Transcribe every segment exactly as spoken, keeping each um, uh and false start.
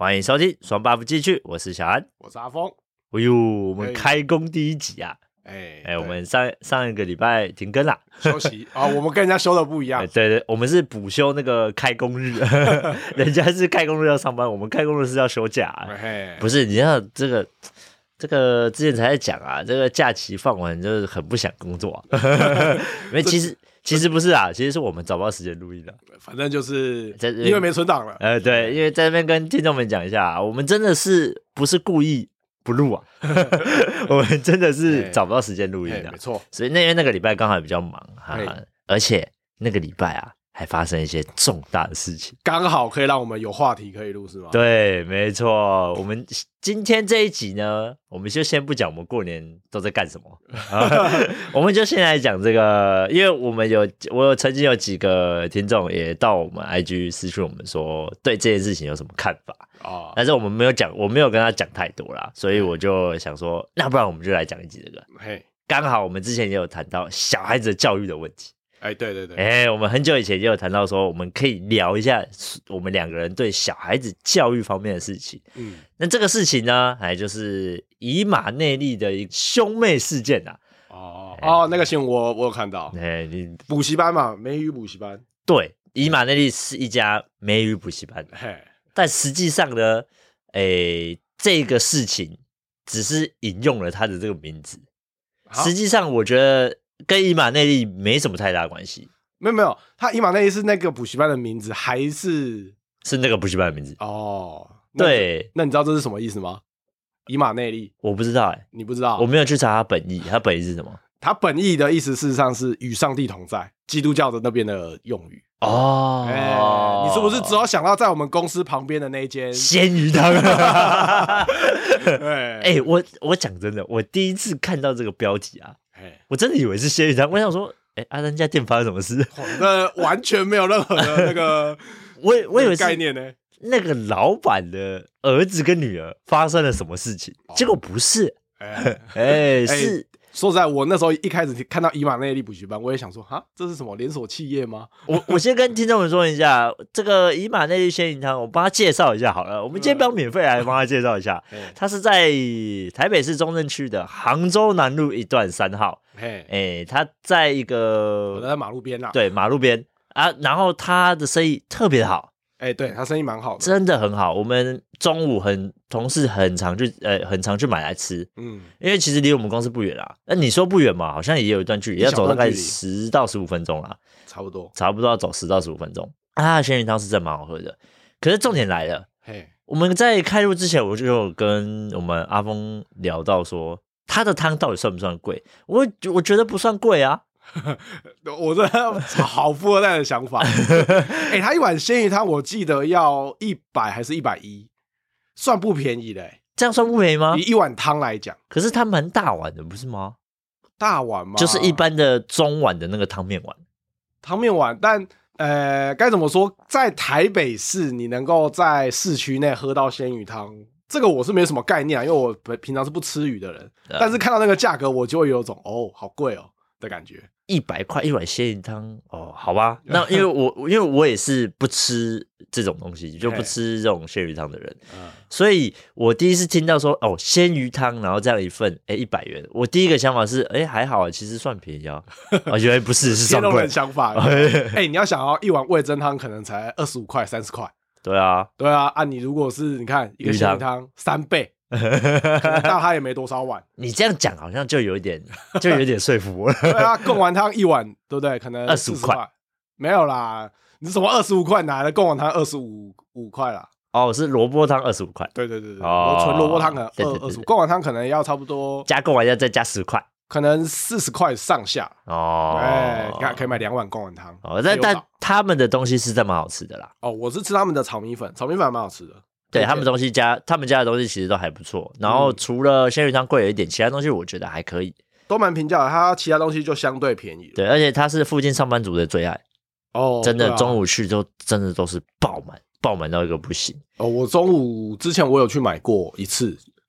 欢迎收听双 buff 继续，我是小安， 我是阿峰。 哎呦，我们开工第一集啊！哎哎，我们上上一个礼拜停更啦， 休息啊、哦，我们跟人家休的不一样。 对对，我们是补休那个开工日，人家是开工日要上班，我们开工日是要休假、啊。不是，你要这个这个之前才在讲啊，这个假期放完就是很不想工作、啊，因为其实。其实不是啊，其实是我们找不到时间录音的。 反正就是因为没存档了。 呃，对，因为在那边跟听众们讲一下、啊，我们真的是不是故意不录啊？我们真的是找不到时间录音的、啊， 没错。 所以那边那个礼拜刚好比较忙哈，而且那个礼拜啊，还发生一些重大的事情， 刚好可以让我们有话题可以录，是吗？ 对，没错。我们今天这一集呢，我们就先不讲我们过年都在干什么，我们就先来讲这个，因为我们有我有曾经有几个听众也到我们 I G 私讯我们说对这件事情有什么看法哦，但是我们没有讲，我没有跟他讲太多啦，所以我就想说，那不然我们就来讲一集这个。嘿，刚好我们之前也有谈到小孩子的教育的问题。 哎，对对对， 哎，我们很久以前就有谈到说，我们可以聊一下我们两个人对小孩子教育方面的事情。嗯，那这个事情呢，哎，就是以马内利的一个兄妹事件啊。 哦哦，那个新闻我我有看到。哎，你补习班嘛，美语补习班。 对，以马内利是一家美语补习班。嘿，但实际上呢，哎，这个事情只是引用了他的这个名字，实际上我觉得。跟以马内利没什么太大关系， 没有没有，他以马内利是那个补习班的名字，还是是那个补习班的名字？ 哦， 对， 那你知道这是什么意思吗？以马内利， 我不知道哎、欸， 你不知道？ 我没有去查他本意，他本意是什么？ 他本意的意思事实上是与上帝同在，基督教的那边的用语哦、欸。你是不是只有想到在我们公司旁边的那间鲜鱼汤？哎、欸，我我讲真的，我第一次看到这个标题啊。我真的以为是鲜鱼汤，我想说，哎、欸，阿、啊、丹家店发生什么事？ 那完全没有任何的那个， 我我以为概念呢。 那个老板的儿子跟女儿发生了什么事情？哦、结果不是，哎、欸欸，是。 说实在，我那时候一开始看到以马内利补习班，我也想说，哈，这是什么连锁企业吗？ 我我先跟听众们说一下，这个以马内利鲜鱼汤，我帮他介绍一下好了。我们今天不要免费来帮他介绍一下，他是在台北市中正区的杭州南路一段三号。哎、欸，他在一个在马路边啦， 对，马路边啊，然后他的生意特别好。 哎、欸，对他生意蛮好的， 真的很好。我们中午很同事很常去，呃，很常去买来吃。嗯，因为其实离我们公司不远啦。那你说不远嘛？好像也有一段距离，要走大概十到十五分钟啦， 差不多， 差不多要走十到十五分钟。啊，它的鲜鱼汤是真蛮好喝的。可是重点来了，嘿，我们在开录之前，我就有跟我们阿峰聊到说，他的汤到底算不算贵？我我觉得不算贵啊。 我这好富二代的想法。哎、欸，他一碗鲜鱼汤，我记得要一百还是一百一，算不便宜的、欸。 这样算不便宜吗？ 以一碗汤来讲， 可是它蛮大碗的，不是吗？ 大碗吗？ 就是一般的中碗的那个汤面碗。 汤面碗，但呃，该怎么说？在台北市，你能够在市区内喝到鲜鱼汤，这个我是没什么概念啊，因为我平常是不吃鱼的人。嗯、但是看到那个价格，我就会有种哦，好贵哦的感觉。 一百块一碗鲜鱼汤哦，好吧，那因为我因为我也是不吃这种东西，就不吃这种鲜鱼汤的人，所以我第一次听到说哦鲜鱼汤，然后这样一份，哎一百元，我第一个想法是哎还好啊，其实算便宜啊，哦原来不是是算贵的想法。哎、欸，你要想要一碗味噌汤可能才二十五块三十块， 对啊对啊啊，你如果是你看一个鲜鱼汤三倍。那他也没多少碗， 你这样讲好像就有一点，就有点说服我了。 对啊，贡丸汤一碗，对不对？可能二十五块， 没有啦。你什么二十五块拿来的贡丸汤二十五五块啦？ 哦，是萝卜汤二十五块。 对对对对，哦、我纯萝卜汤可能二二十五，贡丸汤可能要差不多加贡丸要再加十块， 可能四十块上下。哦，哎，你看可以买两碗贡丸汤。 哦，但但他们的东西是真蛮好吃的啦。 哦，我是吃他们的炒米粉，炒米粉还蛮好吃的。 对他们东西家，他们家的东西其实都还不错。然后除了鲜鱼汤贵了一点，其他东西我觉得还可以， 都蛮平价的。它其他东西就相对便宜了。 对，而且它是附近上班族的最爱。哦，真的、啊、中午去就真的都是爆满，爆满到一个不行。 哦，我中午之前我有去买过一次，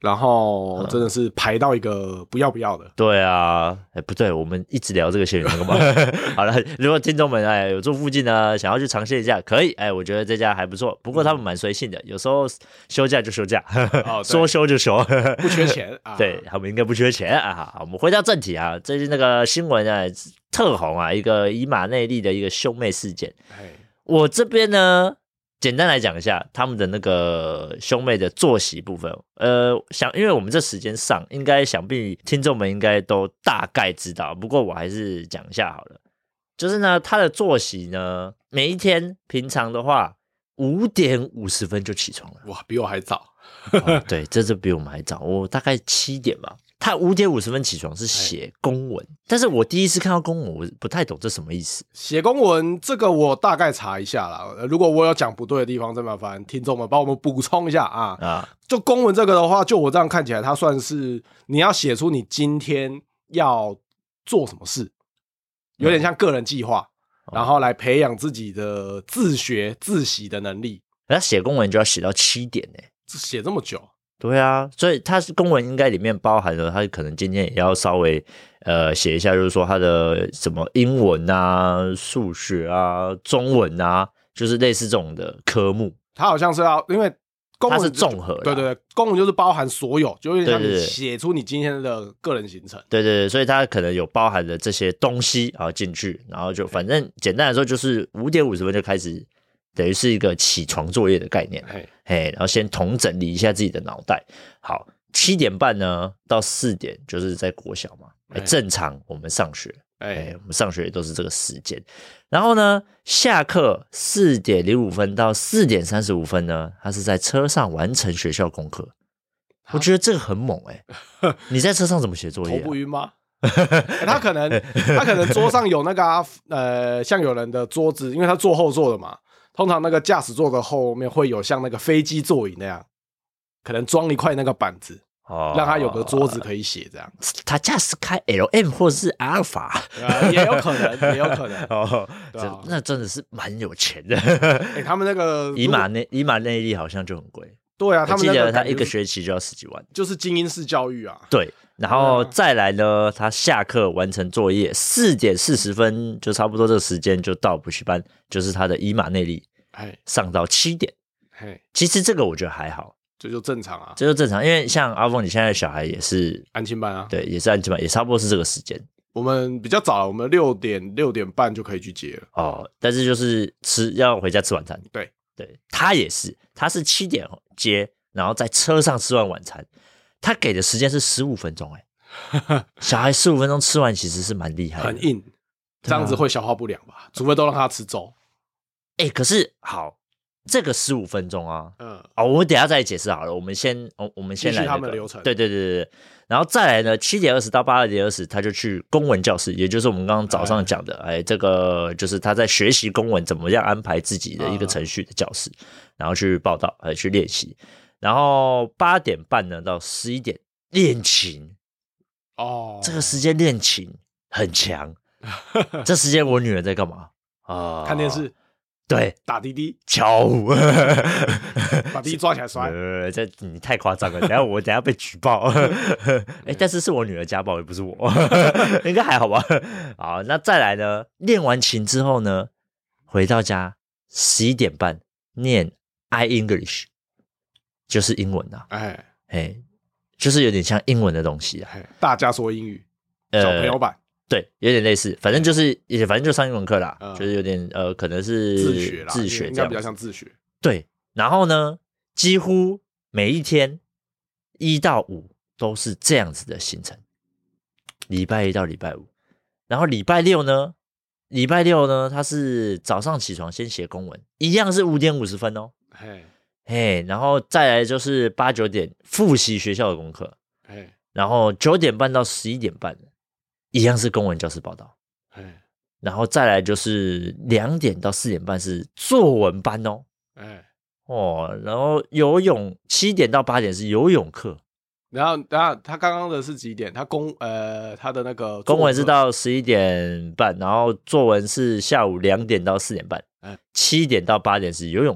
然后真的是排到一个不要不要的。 对啊，哎不对，我们一直聊这个仙女汤干嘛？好了，如果听众们哎有住附近呢，想要去尝试一下，可以哎，我觉得这家还不错。不过他们蛮随性的，有时候休假就休假，哦、说休就休， 不缺钱啊。 对他们应该不缺钱啊。好，我们回到正题啊，最近那个新闻啊特红啊，一个以马内利的一个兄妹事件。我这边呢。简单来讲一下他们的那个兄妹的作息部分，呃，想因为我们这时间上，应该想必听众们应该都大概知道，不过我还是讲一下好了。就是呢，他的作息呢，每一天平常的话，五点五十分就起床了， 哇，比我还早。 哦、对，这这比我们还早，我大概七点吧。他五点五十分起床是写公文，但是我第一次看到公文，我不太懂这什么意思。 写公文这个我大概查一下啦，如果我有讲不对的地方，再麻烦听众们帮我们补充一下啊。啊，就公文这个的话，就我这样看起来，它算是你要写出你今天要做什么事，有点像个人计划，嗯、然后来培养自己的自学自习的能力。 那写公文就要写到七点呢、欸， 写这么久？ 对啊，所以他公文应该里面包含了他可能今天也要稍微呃写一下，就是说他的什么英文啊、数学啊、中文啊，就是类似这种的科目。 他好像是要，因为公文它是综合， 对对对，公文就是包含所有，就有点像你写出你今天的个人行程。 对对对，所以它可能有包含了这些东西啊进去，然后就反正简单来说就是五点五十分就开始。等于是一个起床作业的概念，嘿，嘿，然后先统整理一下自己的脑袋。好，七点半呢到四点就是在国小嘛，欸、正常我们上学，哎、欸，我们上学也都是这个时间。然后呢，下课四点零五分到四点三十五分呢，他是在车上完成学校功课。我觉得这个很猛哎、欸！你在车上怎么写作业、啊？ 头不晕吗？欸、他可能他可能桌上有那个、啊、呃，像有人的桌子，因为他坐后座的嘛。通常那个驾驶座的后面会有像那个飞机座椅那样，可能装一块那个板子，哦、让他有个桌子可以写这样。 他驾驶开 L M 或是阿尔法、 啊，也有可能，也有可能。哦， 啊、那真的是蛮有钱的。 欸、他们那个以马内以马内利好像就很贵。 对啊，他们、那个、 我记得他一个学期就要十几万， 就是精英式教育啊。 对。然后再来呢，他下课完成作业，四点四十分就差不多这个时间就到补习班，就是他的以马内利，上到七点。其实这个我觉得还好， 这就正常啊， 这就正常，因为像阿峰，你现在的小孩也是安亲班啊， 对，也是安亲班，也差不多是这个时间。 我们比较早了，我们六点六点半就可以去接了哦，但是就是吃要回家吃晚餐。 对对，他也是，他是七点接，然后在车上吃完晚餐。他给的时间是十五分钟，哎，小孩十五分钟吃完其实是蛮厉害的， 很硬，这样子会消化不良吧？除非都让他吃粥。 哎、欸，可是好，这个十五分钟啊，嗯，哦，我们等一下再解释好了。我们先，我我们先来、那個、 他们的流程。 对对对对，然后再来呢，七点二十到八点二十，他就去公文教室，也就是我们刚刚早上讲的，哎，这个就是他在学习公文怎么样安排自己的一个程序的教室，嗯、然后去报道，呃，去练习。然后八点半呢到十一点练琴哦，这个时间练琴很强。这时间我女儿在干嘛啊？ 看电视， 对， 打滴滴， 敲鼓， 把滴滴抓起来摔。 呃，这你太夸张了，等一下我等一下被举报。哎、欸，但是是我女儿家暴，也不是我，应该还好吧？好，那再来呢？练完琴之后呢，回到家十一点半念 I English。就是英文啊，哎哎，就是有点像英文的东西啊。 大家说英语，小朋友版、呃， 对，有点类似，反正就是也反正就上英文课啦、嗯，就是有点呃，可能是自学啦， 自学应该比较像自学。 对，然后呢，几乎每一天一到五都是这样子的行程，礼拜一到礼拜五，然后礼拜六呢，礼拜六呢，他是早上起床先写公文，一样是五点五十分哦。嘿。嘿，然后再来就是八九点复习学校的功课，然后九点半到十一点半，一样是公文教室报道，然后再来就是两点到四点半是作文班哦，哦，然后游泳七点到八点是游泳课， 然后然后他刚刚的是几点？他公呃他的那个公文是到十一点半，然后作文是下午两点到四点半，七点到八点是游泳课。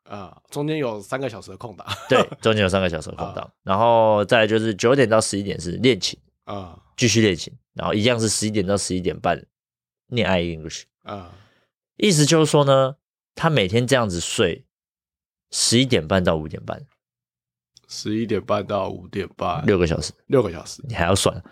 啊、呃，中间有三个小时的空档， 对，中间有三个小时的空档，然后再来就是九点到十一点是练琴啊，继续练琴，然后一样是十一点到十一点半念爱 English 啊，意思就是说呢，他每天这样子睡十一点半到五点半。 十一点半到五点半， 六个小时， 六个小时， 你还要算？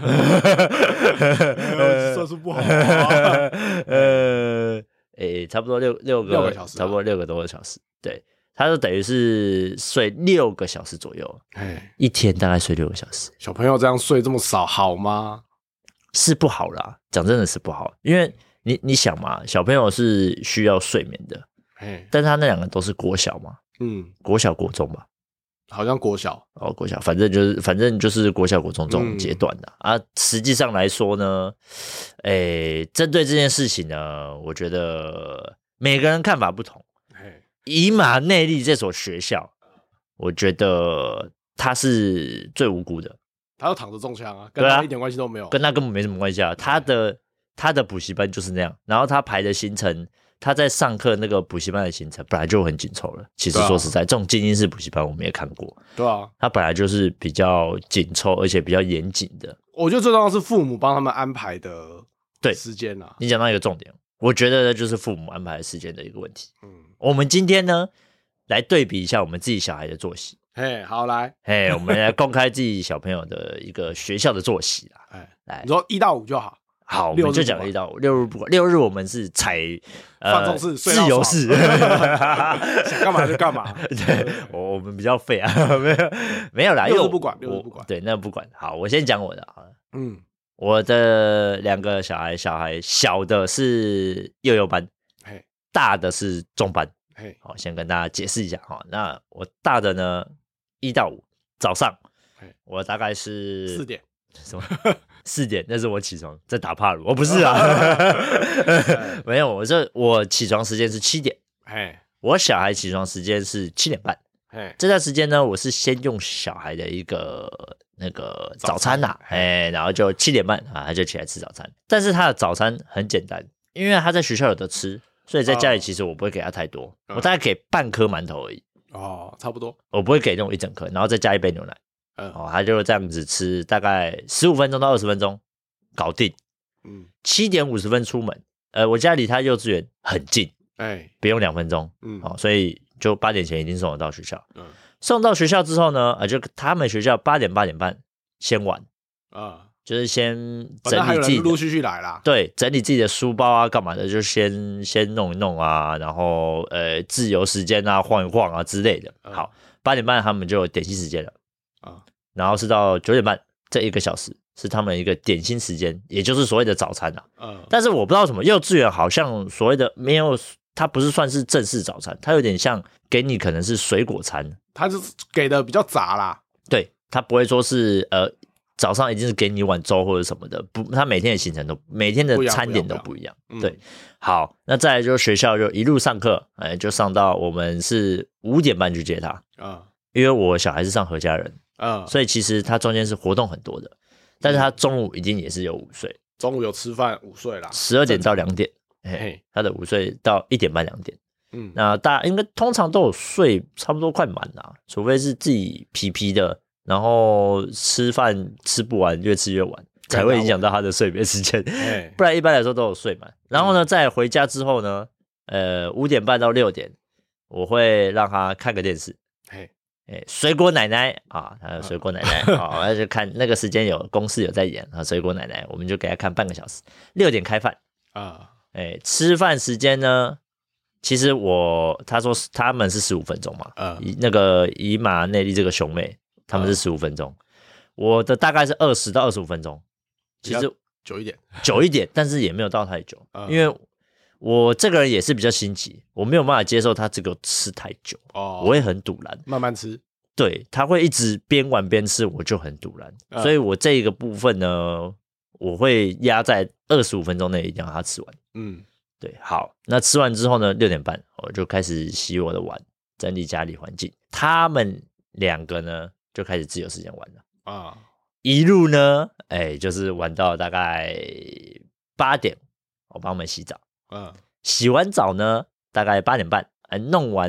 算数不好、啊。 呃，诶、欸，差不多六六个六个小时、啊， 差不多六个多个小时。对，他就等于是睡六个小时左右，哎，一天大概睡六个小时。 小朋友这样睡这么少，好吗？ 是不好啦，讲真的是不好，因为你你想嘛，小朋友是需要睡眠的，哎，但是他那两个都是国小嘛，嗯，国小国中吧。 好像国小哦，国小，反正就是反正就是国小国中这种阶段的、嗯、啊。实际上来说呢，诶，针对这件事情呢，我觉得每个人看法不同。以马内利这所学校，我觉得他是最无辜的， 他要躺着中枪啊，跟他一点关系都没有， 跟他根本没什么关系啊。他的他的补习班就是那样，然后他排的行程。他在上课那个补习班的行程本来就很紧凑了。其实说实在，啊、这种精英式补习班我们也看过。 对啊， 他本来就是比较紧凑，而且比较严谨的。 我觉得最重要是父母帮他们安排的时间啊。 你讲到一个重点，我觉得就是父母安排时间的一个问题。嗯，我们今天呢来对比一下我们自己小孩的作息。 嘿，好来， 嘿，我们来公开自己小朋友的一个学校的作息啦。 哎，来，你说一到五就好。 好，我们就讲一到五，六日不管，六日我们是采呃放纵式、 自由式， 想干嘛就干嘛。 对，我们比较废啊，没有没有啦， 六日不管，六日不管， 对，那不管。好，我先讲我的啊，嗯，我的两个小孩，小孩小的是幼幼班，大的是中班。好，先跟大家解释一下哈。那我大的呢，一到五早上，我大概是四点。 什么？四点？那是我起床在打帕鲁，我、哦、不是啊，没有，我这我起床时间是七点，我小孩起床时间是七点半。这段时间呢，我是先用小孩的一个那个早餐呐、啊，哎，然后就七点半啊，他就起来吃早餐。但是他的早餐很简单，因为他在学校有得吃，所以在家里其实我不会给他太多，我大概给半颗馒头而已。 哦，差不多， 我不会给那种一整颗，然后再加一杯牛奶。嗯、哦，他就这样子吃，大概十五分钟到二十分钟搞定。嗯，七点五十分出门，呃，我家离他幼稚园很近，哎，不用两分钟。嗯，好、哦，所以就八点前一定送我到学校。嗯，送到学校之后呢，啊，就他们学校八点八点半先玩啊，就是先整理自己的， 陆陆续续来啦。 对，整理自己的书包啊，干嘛的，就先先弄一弄啊，然后呃，自由时间啊，晃一晃啊之类的。嗯、好，八点半他们就有点心时间了。啊，然后是到九点半，这一个小时是他们一个点心时间，也就是所谓的早餐啊。嗯，但是我不知道什么幼稚园好像所谓的没有，它不是算是正式早餐，它有点像给你可能是水果餐， 它是给的比较杂啦。 对，它不会说是呃早上一定是给你一碗粥或者什么的，不，它每天的行程都每天的餐点都不一样。对，嗯、好，那再来就学校就一路上课，哎，就上到我们是五点半去接他啊。嗯，因为我小孩是上何家人。嗯，所以其实他中间是活动很多的，但是他中午一定也是有午睡， 中午有吃饭午睡啦， 十二点到两点，嘿，他的午睡到一点半两点，嗯，那大家应该通常都有睡差不多快满啦，除非是自己皮皮的，然后吃饭吃不完，越吃越晚，才会影响到他的睡眠时间，不然一般来说都有睡满。然后呢，在回家之后呢，呃，五点半到六点，我会让他看个电视，嘿。哎，水果奶奶啊，还有水果奶奶啊，那就看那个时间有公司有在演啊，水果奶奶，我们就给他看半个小时。六点开饭啊，哎，吃饭时间呢，其实我他说他们是十五分钟嘛，嗯，那个以马内利这个兄妹他们是十五分钟，我的大概是二十到二十五分钟，其实久一点， 久一点，但是也没有到太久，因为我这个人也是比较心急，我没有办法接受他这个吃太久，哦，我会很堵拦， 慢慢吃。 对，他会一直边玩边吃，我就很堵拦，嗯，所以我这个部分呢，我会压在二十五分钟内一定要他吃完。嗯，对，好，那吃完之后呢，六点半我就开始洗我的碗，整理家里环境。他们两个呢就开始自由时间玩了啊，一路呢，哎，就是玩到大概八点，我帮他们洗澡。嗯，洗完澡呢，大概八点半，哎，弄完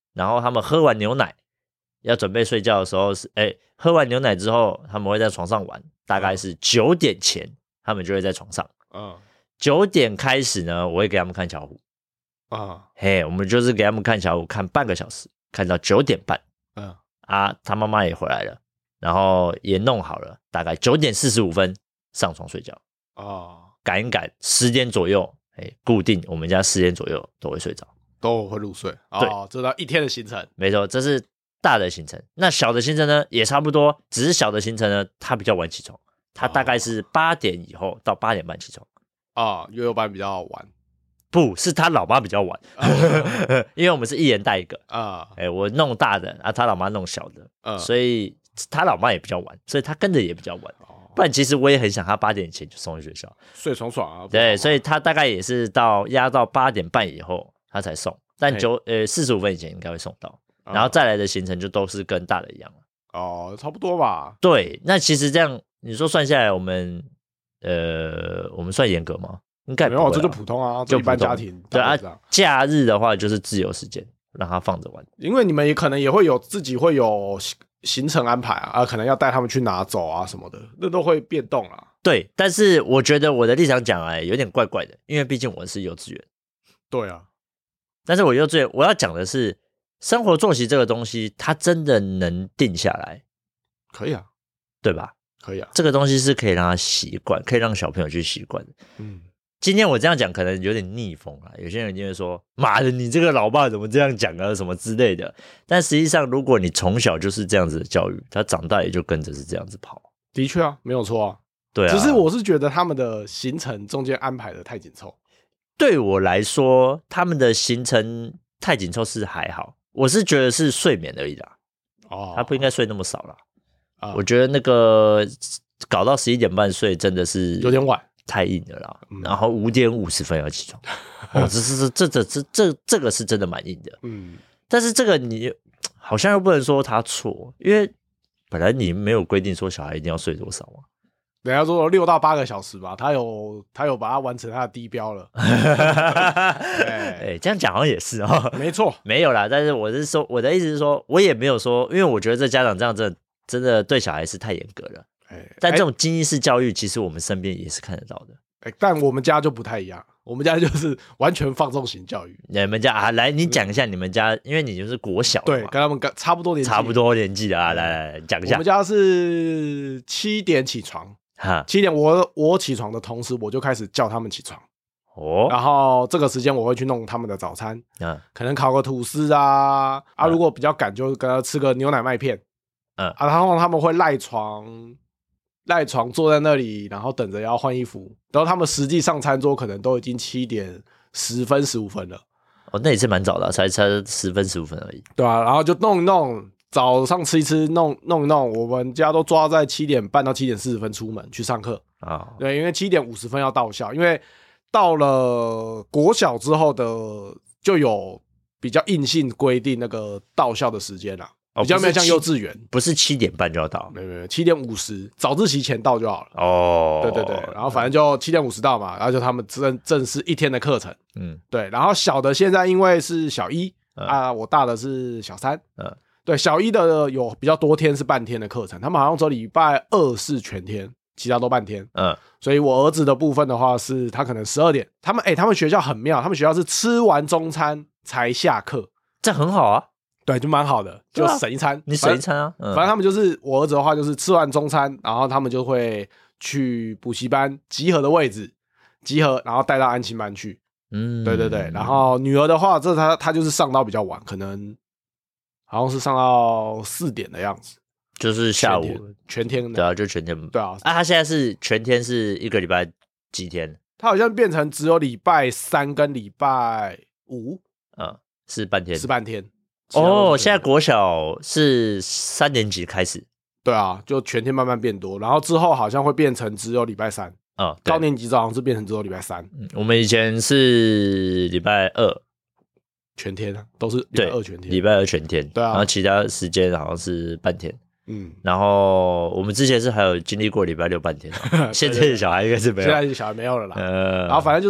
然后他们喝完牛奶要准备睡觉的时候是，哎，喝完牛奶之后他们会在床上玩，大概是九点前他们就会在床上。嗯，九点开始呢，我会给他们看巧虎。啊，嘿，我们就是给他们看巧虎，看半个小时，看到九点半。嗯，啊，他妈妈也回来了，然后也弄好了，大概九点四十五分上床睡觉。哦，赶一赶，十点左右，哎，固定我们家十点左右都会睡着， 都会入睡。哦，这到一天的行程。 没错，这是大的行程。那小的行程呢，也差不多，只是小的行程呢，他比较晚起床，他大概是八点以后到八点半起床。 啊，幼幼班比较晚。 不是他老妈比较晚，因为我们是一人带一个啊。哎，我弄大的啊，他老妈弄小的，嗯，所以他老妈也比较晚，所以他跟着也比较晚。不然其实我也很想他八点前就送去学校， 睡爽爽啊。 对，所以他大概也是到压到八点半以后他才送，但九呃四十五分以前应该会送到，然后再来的行程就都是跟大的一样了。 哦，差不多吧。 对，那其实这样你说算下来，我们呃我们算严格吗？应该没有，这就普通啊，就一般家庭。 对啊，假日的话就是自由时间，让他放着玩。 因为你们也可能也会有自己会有行程安排啊，啊，可能要带他们去哪走啊什么的，那都会变动啦。 对，但是我觉得我的立场讲来有点怪怪的，因为毕竟我是幼稚园。 对啊， 但是我幼稚园我要讲的是生活作息这个东西，它真的能定下来？ 可以啊， 对吧？ 可以啊， 这个东西是可以让他习惯，可以让小朋友去习惯的。嗯。今天我这样讲可能有点逆风啊，有些人就会说妈的你这个老爸怎么这样讲啊什么之类的，但实际上如果你从小就是这样子的教育，他长大也就跟着是这样子跑。 的确啊，没有错啊。 对啊， 只是我是觉得他们的行程中间安排的太紧凑。 对我来说他们的行程太紧凑是还好，我是觉得是睡眠而已啦。哦，他不应该睡那么少啦。啊，我觉得那个搞到十一点半睡真的是有点晚， 太硬了啦。嗯、然后五点五十分要起床，哦，这这这这这这这个是真的蛮硬的。嗯，但是这个你好像又不能说他错，因为本来你没有规定说小孩一定要睡多少嘛。 人家说六到八个小时吧，他有他有把它完成他的低标了。 哎，这样讲好像也是哦。 没错， 没有啦。但是我是说，我的意思是说，我也没有说，因为我觉得这家长这样真的真的对小孩是太严格了。哎，但这种经济式教育，其实我们身边也是看得到的。 哎，但我们家就不太一样，我们家就是完全放纵型教育。 你们家啊，来，你讲一下你们家，因为你就是国小， 对，跟他们差不多年纪， 差不多年纪的啊，来来来讲一下。 我们家是七点起床。七点我我起床的同时，我就开始叫他们起床哦。然后这个时间我会去弄他们的早餐，嗯，可能烤个吐司啊、嗯、啊，如果比较赶就跟他吃个牛奶麦片，嗯啊，然后他们会赖床赖床坐在那里，然后等着要换衣服，然后他们实际上餐桌可能都已经七点十分十五分了。 哦，那也是蛮早的、啊，才才十分十五分而已。 对啊，然后就弄一弄。早上吃一吃，弄弄一弄，我们家都抓在七点半到七点四十分出门去上课啊。Oh. 对，因为七点五十分要到校，因为到了国小之后的就有比较硬性规定那个到校的时间啦、啊，oh, 比较没有像幼稚园， 不是七点半就要到， 没有没有，七点五十早自习前到就好了。哦， oh. 对对对，然后反正就七点五十到嘛，然后就他们正正式一天的课程，嗯，对，然后小的现在因为是小一、嗯、啊，我大的是小三，嗯。对，小一的有比较多天是半天的课程，他们好像只有礼拜二是全天，其他都半天。嗯，所以我儿子的部分的话是，他可能十二点，他们哎、欸，他们学校很妙，他们学校是吃完中餐才下课， 这很好啊。 对，就蛮好的，就省一餐，啊、 你省一餐啊。 嗯、反正他们就是我儿子的话，就是吃完中餐，然后他们就会去补习班集合的位置集合，然后带到安亲班去。嗯，对对对。然后女儿的话，这她她就是上到比较晚，可能。好像是上到四点的样子， 就是下午全天的， 对啊，就全天， 对啊。 啊，他现在是全天是一个礼拜几天？ 他好像变成只有礼拜三跟礼拜五， 嗯，是半天， 是半天。 哦，现在国小是三年级开始， 对啊，就全天慢慢变多，然后之后好像会变成只有礼拜三，嗯，高年级好像是变成只有礼拜三。 嗯，我们以前是礼拜二。 全天啊，都是礼拜二全天， 礼拜二全天， 对啊， 然后其他时间好像是半天，嗯，然后我们之前是还有经历过礼拜六半天，现在的小孩应该是没有， 现在的小孩没有了啦， 呃， 然后反正就是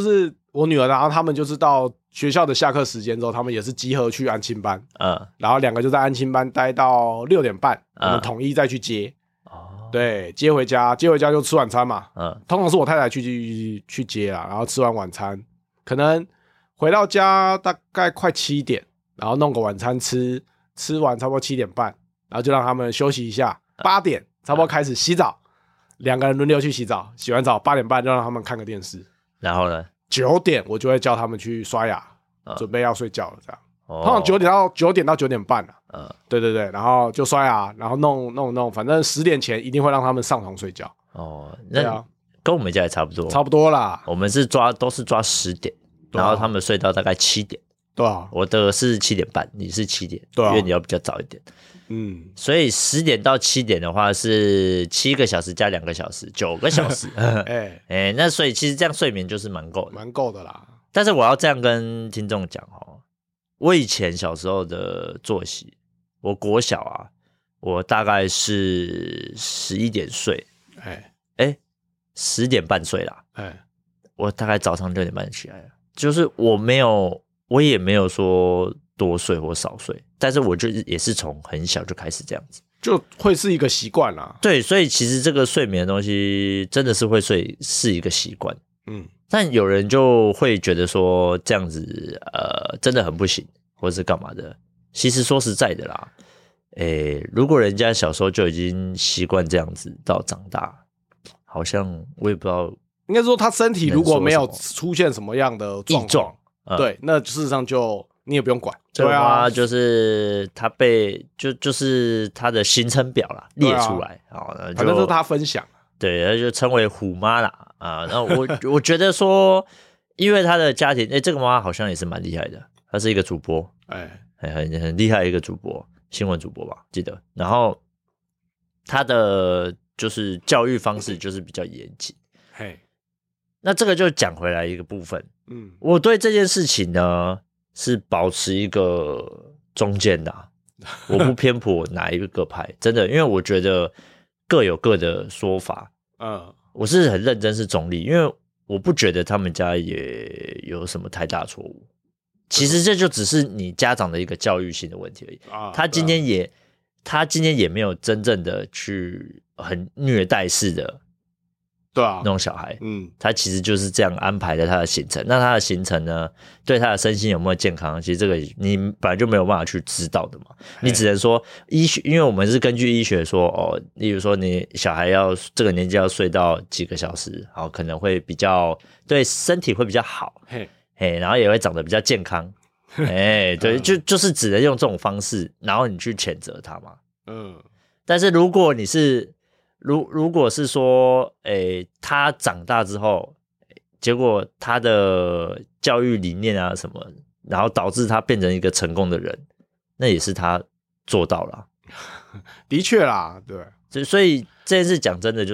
我女儿，然后他们就是到学校的下课时间之后，他们也是集合去安亲班，嗯，然后两个就在安亲班待到六点半，嗯、我们统一再去接。哦，对，接回家，接回家就吃晚餐嘛。嗯，通常是我太太去去去接啦，然后吃完晚餐，可能回到家大概快七点，然后弄个晚餐吃，吃完差不多七点半，然后就让他们休息一下，八点差不多开始洗澡。两个人轮流去洗澡，洗完澡八点半就让他们看个电视， 然后呢， 九点我就会叫他们去刷牙，嗯、准备要睡觉了，这样。哦、通常九点到九点到九点半了、啊，嗯，对对对，然后就刷牙，然后弄弄弄，反正十点前一定会让他们上床睡觉。 哦，那啊，跟我们家也差不多， 差不多啦。 我们是抓都是抓十点，然后他们睡到大概七点。 对啊， 我的是七点半，你是七点， 对啊， 因为你要比较早一点。嗯，所以十点到七点的话是七个小时加两个小时，九个小时。哎哎、欸，那所以其实这样睡眠就是蛮够的， 蛮够的啦。 但是我要这样跟听众讲哦，我以前小时候的作息，我国小啊，我大概是十一点睡，哎哎，十点半睡啦，哎，我大概早上六点半起来了，就是我没有，我也没有说多睡或少睡。但是我就也是从很小就开始这样子， 就会是一个习惯啦。 对，所以其实这个睡眠的东西真的是会睡是一个习惯。嗯，但有人就会觉得说这样子呃真的很不行，或者是干嘛的。其实说实在的啦，诶，如果人家小时候就已经习惯这样子到长大，好像我也不知道， 应该说他身体如果没有出现什么样的状况，嗯、对，那事实上就。你也不用管， 对啊，就是他被就就是他的行程表啦列出来，好、啊， 反正是他分享， 对，他就称为虎妈啦啊。然后我我觉得说，因为他的家庭，哎、欸，这个妈妈好像也是蛮厉害的，她是一个主播，哎、欸，很很厉害的一个主播，新闻主播吧，记得。然后他的就是教育方式就是比较严谨，嘿，那这个就讲回来一个部分，嗯，我对这件事情呢。是保持一个中间的、啊，我不偏颇哪一个派，真的，因为我觉得各有各的说法。嗯，我是很认真是中立，因为我不觉得他们家也有什么太大错误。其实这就只是你家长的一个教育性的问题而已。啊、他今天也，啊、他今天也没有真正的去很虐待式的。 对啊， 那种小孩，嗯，他其实就是这样安排的他的行程。那他的行程呢，对他的身心有没有健康？其实这个你本来就没有办法去知道的嘛。你只能说医学，因为我们是根据医学说，哦，例如说你小孩要这个年纪要睡到几个小时，好，可能会比较对身体会比较好，嘿，嘿，然后也会长得比较健康，哎，对，就就是只能用这种方式，然后你去谴责他嘛，嗯。但是如果你是如如果是说，诶，他长大之后，结果他的教育理念啊什么，然后导致他变成一个成功的人，那也是他做到了。 的确啦，对， 所以这件事讲真的就是，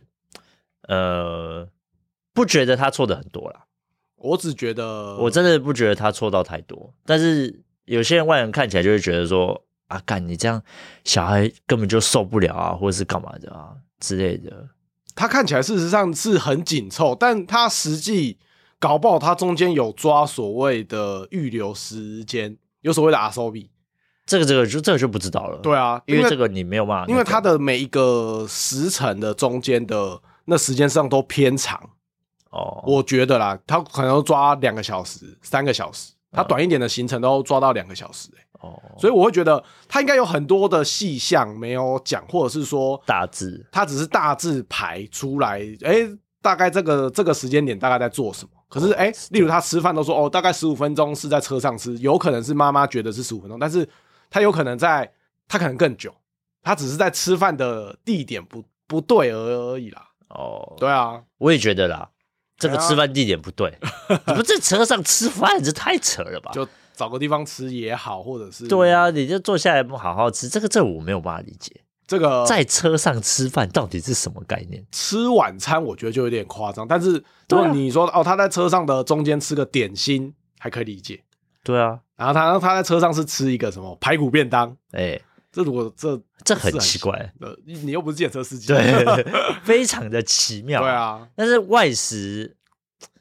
呃，不觉得他错的很多啦。 我只觉得， 我真的不觉得他错到太多，但是有些人外人看起来就会觉得说。啊，干你这样，小孩根本就受不了啊，或者是干嘛的啊之类的。 他看起来事实上是很紧凑，但他实际搞不好他中间有抓所谓的预留时间，有所谓的 R S O B。 这个这个就这个就不知道了。 对啊， 因为这个你没有办法、那個， 因为他的每一个时辰的中间的那时间上都偏长。哦，我觉得啦，他可能抓两个小时、三个小时，他短一点的行程都抓到两个小时、欸。哦，所以我会觉得他应该有很多的细项没有讲，或者是说大致， 他只是大致排出来，哎，大概这个这个时间点大概在做什么。可是哎，例如他吃饭都说哦，大概十五分钟是在车上吃，有可能是妈妈觉得是十五分钟，但是他有可能在，他可能更久，他只是在吃饭的地点不不对而已啦。哦，对啊， 我也觉得啦，这个吃饭地点不对，你不在车上吃饭，这太扯了吧？ 就找个地方吃也好，或者是对啊，你就坐下来不好好吃，这个这我没有办法理解。 这个在车上吃饭到底是什么概念？ 吃晚餐我觉得就有点夸张，但是如果你说、啊、哦，他在车上的中间吃个点心还可以理解。 对啊， 然后他他在车上是吃一个什么排骨便当，哎、欸，这如果这这很奇怪， 呃，你又不是计程车司机， 对，非常的奇妙。 对啊， 但是外食。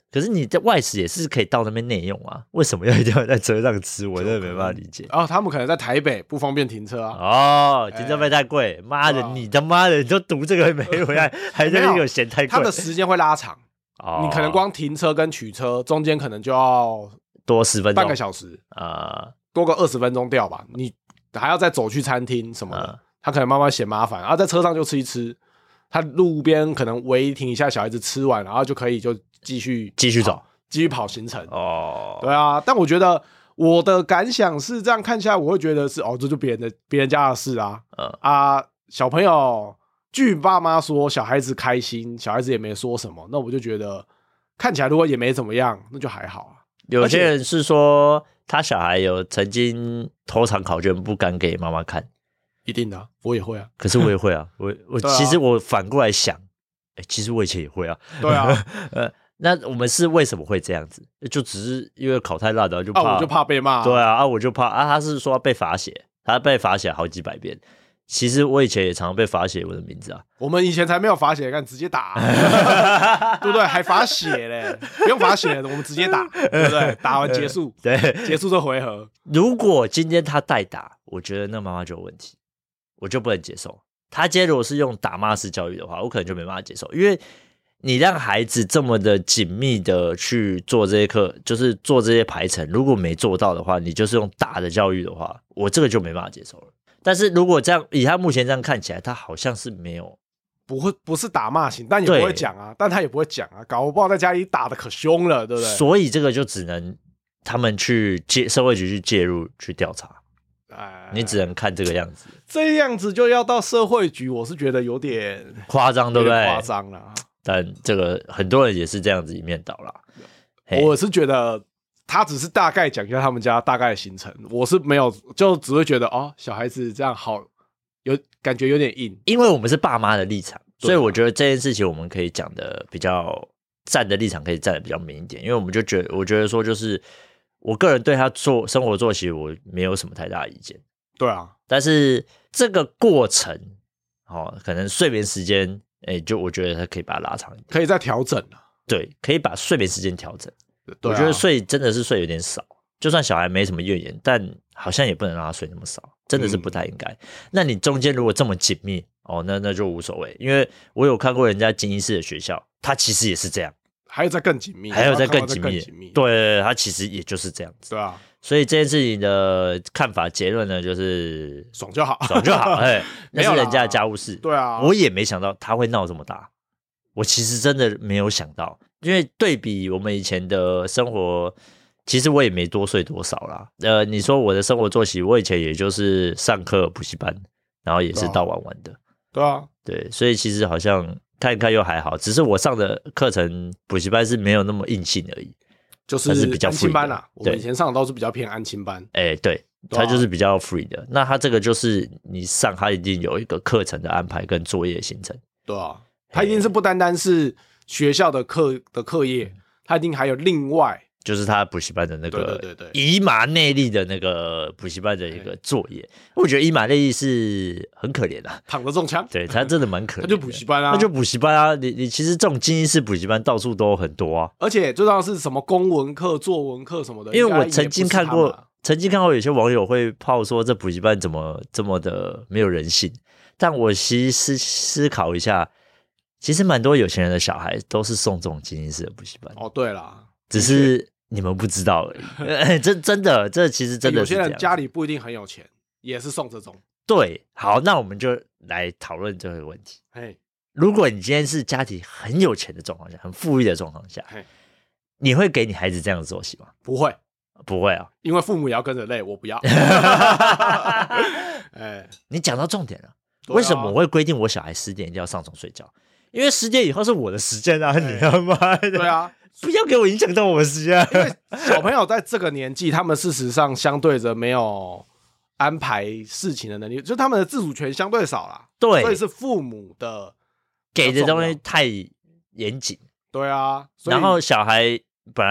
可是你在外食也是可以到那边内用啊，为什么要一定要在车上吃？我真的没办法理解。 然后、哦、他们可能在台北不方便停车啊。 哦，停车费太贵，妈、欸、的，你他妈的你就读这个没回来，还在那个嫌太贵。 他的时间会拉长、哦，你可能光停车跟取车中间可能就要多十分钟， 半个小时啊、呃，多个二十分钟掉吧。你还要再走去餐厅什么的，呃、他可能慢慢嫌麻烦，然后在车上就吃一吃。他路边可能违停一下，小孩子吃完，然后就可以就继续继续走， 继续跑行程。 哦， 对啊，但我觉得我的感想是这样看下来，我会觉得是哦，这就别人的别人家的事啊。嗯、啊，小朋友据爸妈说，小孩子开心，小孩子也没说什么，那我就觉得看起来如果也没怎么样，那就还好啊。 有些人是说他小孩有曾经偷藏考卷不敢给妈妈看。 一定的、啊，我也会啊。 可是我也会啊，我我、啊、其实我反过来想，哎、欸，其实我以前也会啊。 对啊， 呃，那我们是为什么会这样子？就只是因为考太烂了，就怕、 啊，我就怕被骂、啊。 对啊，啊，我就怕啊。他是说要被罚写，他被罚写好几百遍。其实我以前也常常被罚写我的名字啊。 我们以前才没有罚写，看直接打、啊，对不对？还罚写嘞，不用罚写，我们直接打，对不对？打完结束， 对， 结束这回合。 如果今天他代打，我觉得那妈妈就有问题。我就不能接受。他今天如果是用打骂式教育的话，我可能就没办法接受，因为你让孩子这么的紧密的去做这些课，就是做这些排程，如果没做到的话，你就是用打的教育的话，我这个就没办法接受了。但是如果这样，以他目前这样看起来，他好像是没有， 不会不是打骂型，但也不会讲啊，但他也不会讲啊，搞不好在家里打的可凶了，对不对？ 所以这个就只能他们去介社会局去介入去调查。你只能看这个样子， 这样子就要到社会局，我是觉得有点夸张，对不对？ 夸张啦。 但这个很多人也是这样子一面倒啦。 我是觉得他只是大概讲一下他们家大概的行程，我是没有，就只会觉得哦，小孩子这样好，有感觉有点硬。 因为我们是爸妈的立场，所以我觉得这件事情我们可以讲的比较站的立场可以站的比较明一点，因为我们就觉得，我觉得说就是。我个人对他做生活作息我没有什么太大的意见， 对啊， 但是这个过程，哦，可能睡眠时间，哎、欸，就我觉得他可以把它拉长一点， 可以再调整啊。 对，可以把睡眠时间调整。 对啊、 我觉得睡真的是睡有点少，就算小孩没什么怨言，但好像也不能让他睡那么少，真的是不太应该。嗯、那你中间如果这么紧密，哦，那那就无所谓，因为我有看过人家精英式的学校，他其实也是这样。 还有再更紧密， 还有再更紧密， 紧密对，它其实也就是这样子， 对啊。 所以这件事情的看法结论呢，就是爽就好， 爽就好，哎，那是人家的家务事， 对啊。 我也没想到他会闹这么大，我其实真的没有想到，因为对比我们以前的生活，其实我也没多睡多少啦。呃，你说我的生活作息，我以前也就是上课补习班，然后也是到晚晚的， 对啊， 对，所以其实好像。看一看又还好，只是我上的课程补习班是没有那么硬性而已， 就是是比较 free 安亲班啦。我们以前上的都是比较偏安亲班， 哎、欸，对，它就是比较 free 的。那它这个就是你上，它一定有一个课程的安排跟作业行程， 对啊，它一定是不单单是学校的课的课业，它一定还有另外。 就是他补习班的那个对对对以马内利的那个补习班的一个作业，我觉得以马内利是很可怜的、啊， 躺着中枪， 对他真的蛮可怜的。 他就补习班啊， 他就补习班啊，你你其实这种精英式补习班到处都很多啊， 而且最重要是什么公文课、作文课什么的， 因为我曾经看过，曾经看过有些网友会炮说这补习班怎么这么的没有人性，但我其实思考一下，其实蛮多有钱人的小孩都是送这种精英式的补习班。 哦，对啦。 只是你们不知道而已，真真的，这其实真的是这样。 有些人家里不一定很有钱，也是送这种。 对，好，那我们就来讨论这个问题。 嘿， 如果你今天是家里很有钱的状况下，很富裕的状况下，你会给你孩子这样的作息吗？ 不会， 不会啊， 因为父母也要跟着累，我不要。哎， 你讲到重点了，为什么我会规定我小孩十点一定要上床睡觉？因为十点以后是我的时间啊，你他妈的！ 对啊， 不要给我影响到我的时间、啊。 因为小朋友在这个年纪，他们事实上相对着没有安排事情的能力，就他们的自主权相对少啦。 对， 所以是父母的给的东西太严谨。 对啊， 然后小孩本来他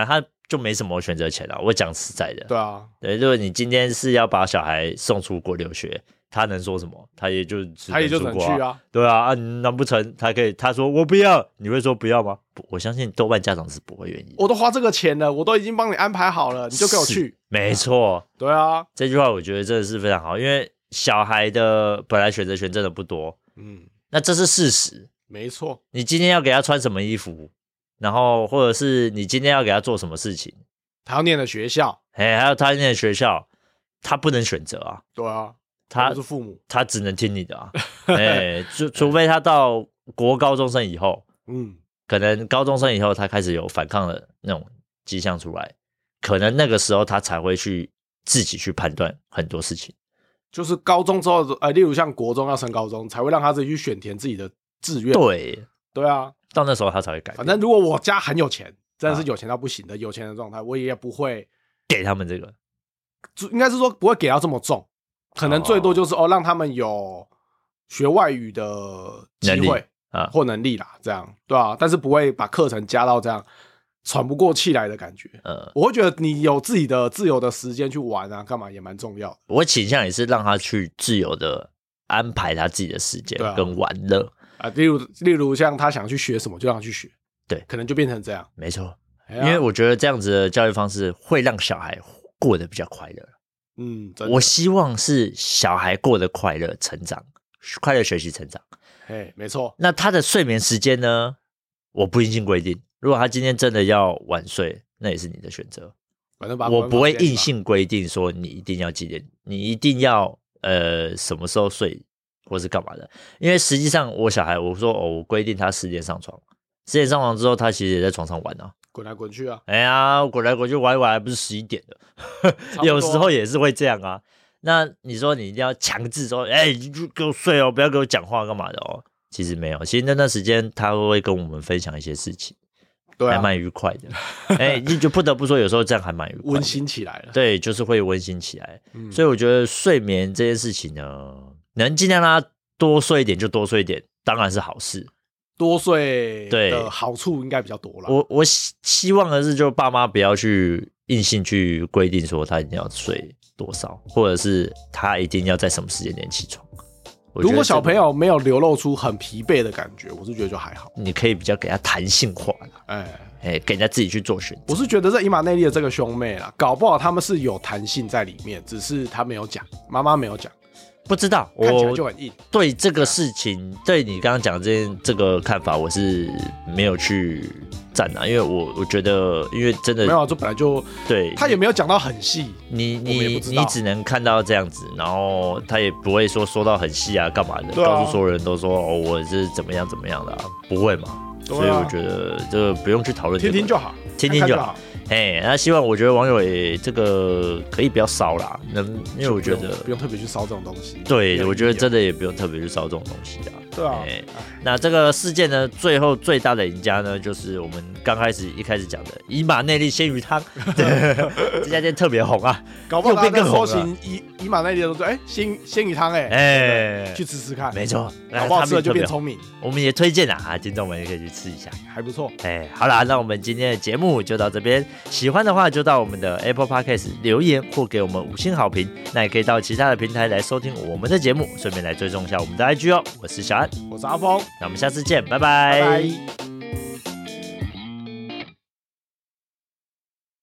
就没什么选择权了。我讲实在的， 对啊， 对，如果你今天是要把小孩送出国留学，他能说什么？他也就只他也就能出国啊， 能去啊。 对啊，啊，难不成他可以？他说我不要，你会说不要吗？不，我相信多半家长是不会愿意的。 我都花这个钱了，我都已经帮你安排好了，你就给我去。 没错， 对啊， 这句话我觉得真的是非常好，因为小孩的本来选择权真的不多， 嗯， 那这是事实。 没错， 你今天要给他穿什么衣服，然后或者是你今天要给他做什么事情， 他要念的学校， 哎，还有他念的学校，他不能选择啊。 对啊， 他不是父母， 他只能听你的啊。哎，除除非他到国高中生以后， 嗯， 可能高中生以后他开始有反抗的那种迹象出来，可能那个时候他才会去自己去判断很多事情。 就是高中之后，呃，例如像国中要升高中，才会让他自己去选填自己的志愿。 对， 对啊， 到那时候他才会改变。 反正如果我家很有钱，真的是有钱到不行的、啊、有钱的状态，我也不会给他们这个， 应该是说不会给到这么重，可能最多就是 哦, 哦让他们有学外语的机会啊或能力啦，这样对啊，但是不会把课程加到这样喘不过气来的感觉。呃，我会觉得你有自己的自由的时间去玩啊，干嘛也蛮重要的。 我倾向也是让他去自由的安排他自己的时间跟玩乐啊，例如例如像他想去学什么就让他去学， 对， 可能就变成这样。 没错， 哎、 因为我觉得这样子的教育方式会让小孩过得比较快乐。 嗯， 我希望是小孩过得快乐成长，快乐学习成长。 哎，没错。 那他的睡眠时间呢？我不硬性规定。如果他今天真的要晚睡，那也是你的选择。 反正把我不会硬性规定说你一定要几点，你一定要呃什么时候睡，或是干嘛的。因为实际上我小孩，我说哦，我规定他十点上床，十点上床之后，他其实也在床上玩啊， 滚来滚去啊。 哎呀，滚来滚去玩一玩，还不是十一点的，有时候也是会这样啊。那你说你一定要强制说，哎、欸，你就给我睡哦，不要给我讲话干嘛的哦？其实没有，其实那段时间他会跟我们分享一些事情。对、啊，还蛮愉快的，哎、欸，你就不得不说，有时候这样还蛮愉快的， 温馨起来了。 对，就是会温馨起来。嗯、所以我觉得睡眠这件事情呢，能尽量让他多睡一点就多睡一点，当然是好事。 多睡的好处应该比较多了。 我我希望的是，就爸妈不要去硬性去规定说他一定要睡多少，或者是他一定要在什么时间点起床。 如果小朋友没有流露出很疲惫的感觉，我是觉得就还好。 你可以比较给他弹性化啦，哎哎，给人家自己去做选择。 我是觉得这伊玛内利的这个兄妹啦，搞不好他们是有弹性在里面，只是他没有讲，妈妈没有讲， 不知道。 看起来就很硬。 对这个事情，对你刚刚讲的这件这个看法，我是没有去赞啊，因为我我觉得，因为真的没有，这本来就对， 他也没有讲到很细， 你你你只能看到这样子，然后他也不会说说到很细啊，干嘛的？啊、告诉所有人都说哦，我是怎么样怎么样的、啊，不会嘛？啊、所以我觉得这个不用去讨论、这个， 听听就好， 听听就好。哎，那希望我觉得网友也这个可以不要烧啦，能因为我觉得不用特别去烧这种东西。 对，我觉得真的也不用特别去烧这种东西啊。 对啊。 那这个事件呢，最后最大的赢家呢，就是我们刚开始一开始讲的伊玛内利鲜鱼汤，这家店特别红啊， 搞不好大家搜寻伊伊玛内利的时候，哎，鲜鲜鱼汤，哎哎，去吃吃看， 没错， 搞不好吃了就变聪明。 我们也推荐啊，听众们也可以去吃一下， 还不错。 哎，好啦，那我们今天的节目就到这边。喜欢的话就到我们的 Apple Podcast 留言或给我们五星好评，那也可以到其他的平台来收听我们的节目，顺便来追踪一下我们的 I G 哦。我是小安， 我是阿峰， 那我们下次见，拜拜。 拜拜。